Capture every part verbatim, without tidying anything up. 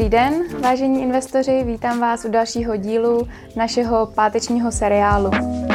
Dobrý den, vážení investoři, vítám vás u dalšího dílu našeho pátečního seriálu.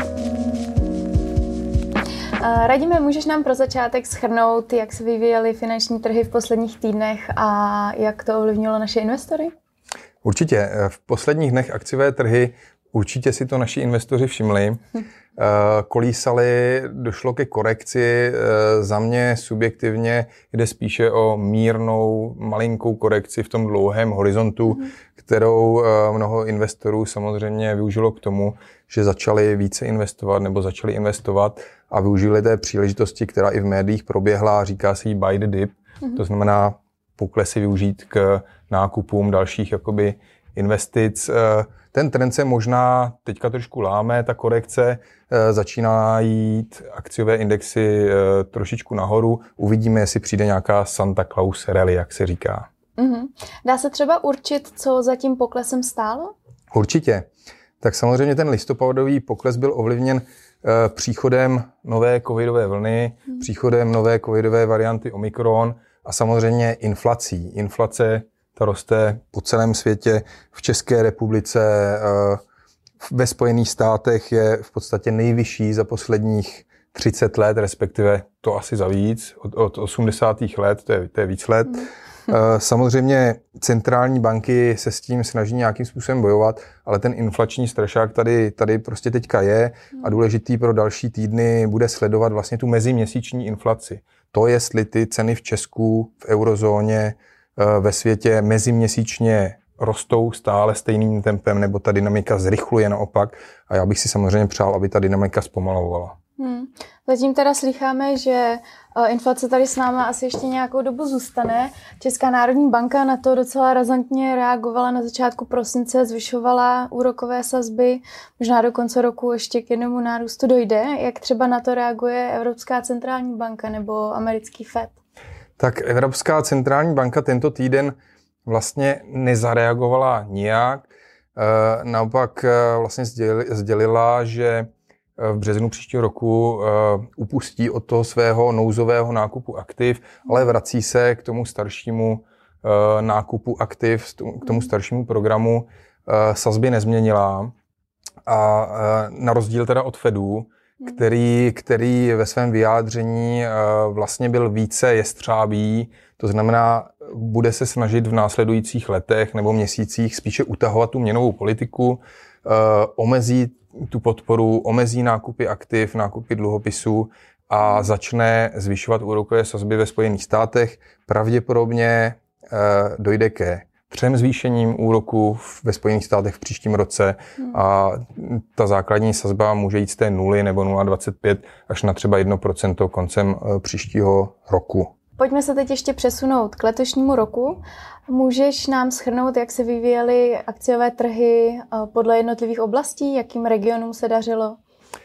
Radíme, můžeš nám pro začátek shrnout, jak se vyvíjely finanční trhy v posledních týdnech a jak to ovlivnilo naše investory? Určitě. V posledních dnech akciové trhy, určitě si to naši investoři všimli, hm. kolísaly, došlo ke korekci. Za mě subjektivně jde spíše o mírnou, malinkou korekci v tom dlouhém horizontu, hm. kterou mnoho investorů samozřejmě využilo k tomu, že začali více investovat nebo začali investovat a využili té příležitosti, která i v médiích proběhla, říká se jí buy the dip, hm. to znamená poklesy využít k nákupům dalších jakoby investic. Ten trend se možná teďka trošku láme, ta korekce začíná jít akciové indexy trošičku nahoru. Uvidíme, jestli přijde nějaká Santa Claus rally, jak se říká. Mm-hmm. Dá se třeba určit, co za tím poklesem stálo? Určitě. Tak samozřejmě ten listopadový pokles byl ovlivněn příchodem nové covidové vlny, mm. příchodem nové covidové varianty Omikron a samozřejmě inflací. Inflace ta roste po celém světě, v České republice, ve Spojených státech je v podstatě nejvyšší za posledních třicet let, respektive to asi za víc, od, od osmdesátých let, to je, to je víc let. Samozřejmě centrální banky se s tím snaží nějakým způsobem bojovat, ale ten inflační strašák tady, tady prostě teďka je a důležitý pro další týdny bude sledovat vlastně tu meziměsíční inflaci. To, jestli ty ceny v Česku, v eurozóně, ve světě meziměsíčně rostou stále stejným tempem, nebo ta dynamika zrychluje naopak. A já bych si samozřejmě přál, aby ta dynamika zpomalovala. Hmm. Zatím teda slycháme, že inflace tady s náma asi ještě nějakou dobu zůstane. Česká národní banka na to docela razantně reagovala na začátku prosince, zvyšovala úrokové sazby, možná do konce roku ještě k jednomu nárůstu dojde. Jak třeba na to reaguje Evropská centrální banka nebo americký Fed? Tak Evropská centrální banka tento týden vlastně nezareagovala nijak. Naopak vlastně sdělila, že v březnu příštího roku upustí od toho svého nouzového nákupu aktiv, ale vrací se k tomu staršímu nákupu aktiv, k tomu staršímu programu. Sazby nezměnila a na rozdíl teda od Fedu, Který, který ve svém vyjádření vlastně byl více jestřábý, to znamená, bude se snažit v následujících letech nebo měsících spíše utahovat tu měnovou politiku, omezí tu podporu, omezí nákupy aktiv, nákupy dluhopisů a začne zvyšovat úrokové sazby ve Spojených státech. Pravděpodobně dojde ke třem zvýšením úroku ve Spojených státech v příštím roce a ta základní sazba může jít z té nuly nebo nula celá dvacet pět až na třeba jedno procento koncem příštího roku. Pojďme se teď ještě přesunout k letošnímu roku. Můžeš nám shrnout, jak se vyvíjely akciové trhy podle jednotlivých oblastí, jakým regionům se dařilo?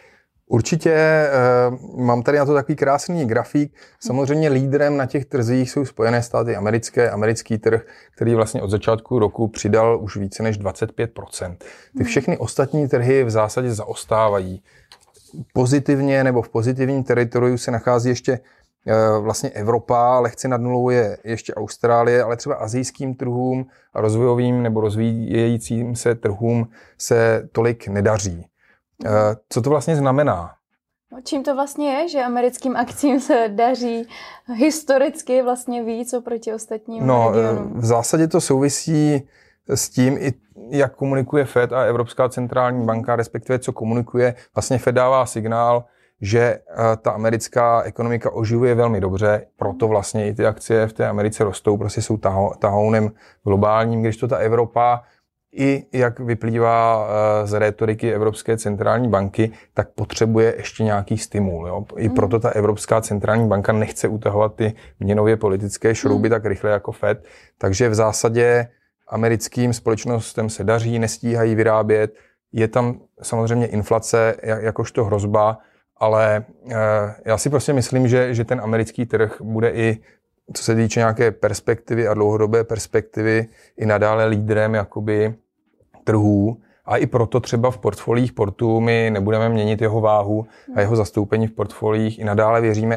Určitě, mám tady na to takový krásný grafík. Samozřejmě lídrem na těch trzích jsou Spojené státy americké, americký trh, který vlastně od začátku roku přidal už více než dvacet pět procent. Ty všechny ostatní trhy v zásadě zaostávají. Pozitivně nebo v pozitivním teritoriu se nachází ještě vlastně Evropa, lehce nad nulou je ještě Austrálie, ale třeba asijským trhům a rozvojovým nebo rozvíjejícím se trhům se tolik nedaří. Co to vlastně znamená? No, čím to vlastně je, že americkým akcím se daří historicky vlastně víc oproti ostatním no, regionům? V zásadě to souvisí s tím, i jak komunikuje Fed a Evropská centrální banka, respektive co komunikuje. Vlastně Fed dává signál, že ta americká ekonomika oživuje velmi dobře, proto vlastně i ty akcie v té Americe rostou, prostě jsou tahounem globálním, když to ta Evropa i jak vyplývá z rétoriky Evropské centrální banky, tak potřebuje ještě nějaký stimul. Jo? I mm. proto ta Evropská centrální banka nechce utahovat ty měnově politické šrouby mm. tak rychle jako Fed. Takže v zásadě americkým společnostem se daří, nestíhají vyrábět. Je tam samozřejmě inflace jakožto hrozba, ale já si prostě myslím, že, že ten americký trh bude i co se týče nějaké perspektivy a dlouhodobé perspektivy i nadále lídrem jakoby trhů a i proto třeba v portfoliích portu my nebudeme měnit jeho váhu a jeho zastoupení v portfoliích. I nadále věříme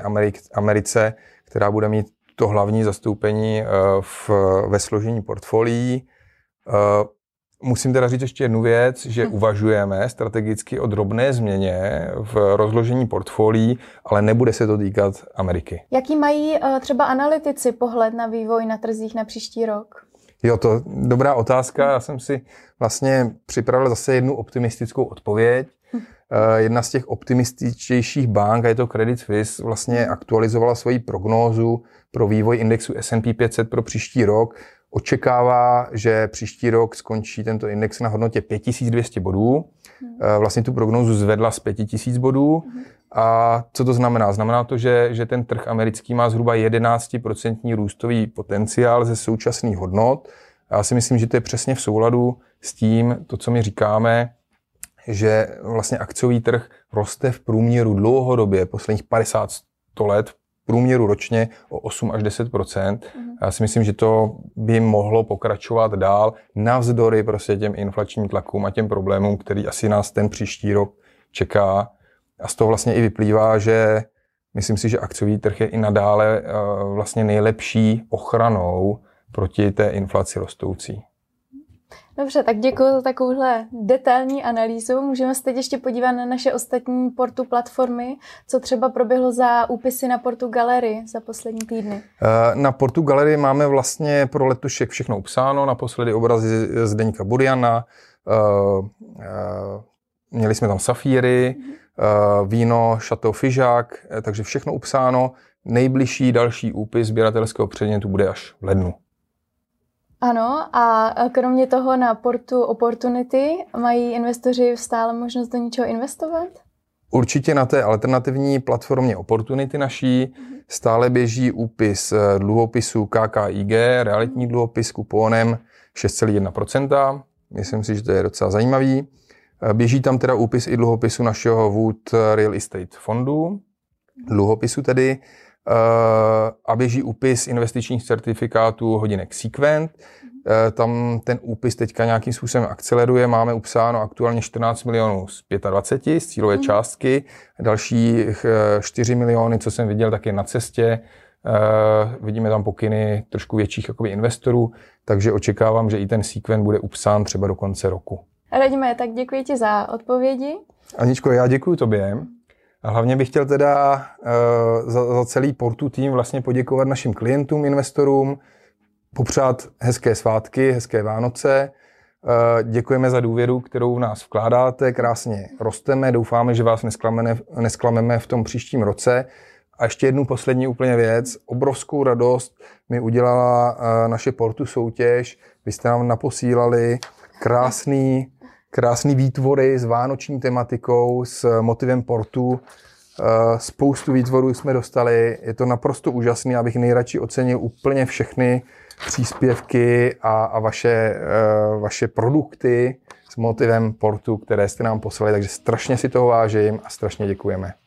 Americe, která bude mít to hlavní zastoupení v, ve složení portfolií Musím teda říct ještě jednu věc, že uvažujeme strategicky o drobné změně v rozložení portfolií, ale nebude se to týkat Ameriky. Jaký mají třeba analytici pohled na vývoj na trzích na příští rok? Jo, to dobrá otázka. Já jsem si vlastně připravil zase jednu optimistickou odpověď. Jedna z těch optimističtějších bank, a je to Credit Suisse, vlastně aktualizovala svoji prognózu pro vývoj indexu S and P pět set pro příští rok. Očekává, že příští rok skončí tento index na hodnotě pět tisíc dvě stě bodů. Vlastně tu prognózu zvedla z pět tisíc bodů. A co to znamená? Znamená to, že, že ten trh americký má zhruba jedenáct procent růstový potenciál ze současných hodnot. A já si myslím, že to je přesně v souladu s tím, to, co my říkáme, že vlastně akciový trh roste v průměru dlouhodobě, posledních padesát sto let, v průměru ročně o osm až deset procent. Já si myslím, že to by mohlo pokračovat dál navzdory prostě těm inflačním tlakům a těm problémům, který asi nás ten příští rok čeká. A z toho vlastně i vyplývá, že myslím si, že akciový trh je i nadále vlastně nejlepší ochranou proti té inflaci rostoucí. Dobře, tak děkuji za takovouhle detailní analýzu. Můžeme se teď ještě podívat na naše ostatní portu platformy, co třeba proběhlo za úpisy na portu Gallery za poslední týdny. Na portu Gallery máme vlastně pro letošek všechno upsáno, naposledy obrazy Zdeňka Buriana, měli jsme tam safíry, víno Chateau Figeac, takže všechno upsáno. Nejbližší další úpis sběratelského předmětu bude až v lednu. Ano, a kromě toho na portu Opportunity mají investoři stále možnost do něčeho investovat? Určitě na té alternativní platformě Opportunity naší stále běží úpis dluhopisu K K I G, realitní dluhopis kupónem šest celá jedna procenta. Myslím si, že to je docela zajímavý. Běží tam teda úpis i dluhopisu našeho Wood Real Estate fondu, dluhopisu tedy, a běží úpis investičních certifikátů hodinek Sequent. Tam ten úpis teďka nějakým způsobem akceleruje. Máme upsáno aktuálně čtrnáct milionů z dvacet pět z cílové částky. Dalších čtyři miliony, co jsem viděl, tak je na cestě. Vidíme tam pokyny trošku větších jakoby investorů, takže očekávám, že i ten Sequent bude upsán třeba do konce roku. Radíme, tak děkuji ti za odpovědi. Aničko, já děkuji tobě. A hlavně bych chtěl teda uh, za, za celý Portu tým vlastně poděkovat našim klientům, investorům, popřát hezké svátky, hezké Vánoce. Uh, děkujeme za důvěru, kterou v nás vkládáte, krásně rosteme, doufáme, že vás nesklameme, nesklameme v tom příštím roce. A ještě jednu poslední úplně věc, obrovskou radost mi udělala uh, naše Portu soutěž. Vy jste nám naposílali krásný Krásný výtvory s vánoční tematikou, s motivem Portu. Spoustu výtvorů jsme dostali. Je to naprosto úžasný. Já bych nejradši ocenil úplně všechny příspěvky a, a vaše, vaše produkty s motivem Portu, které jste nám poslali. Takže strašně si toho vážím a strašně děkujeme.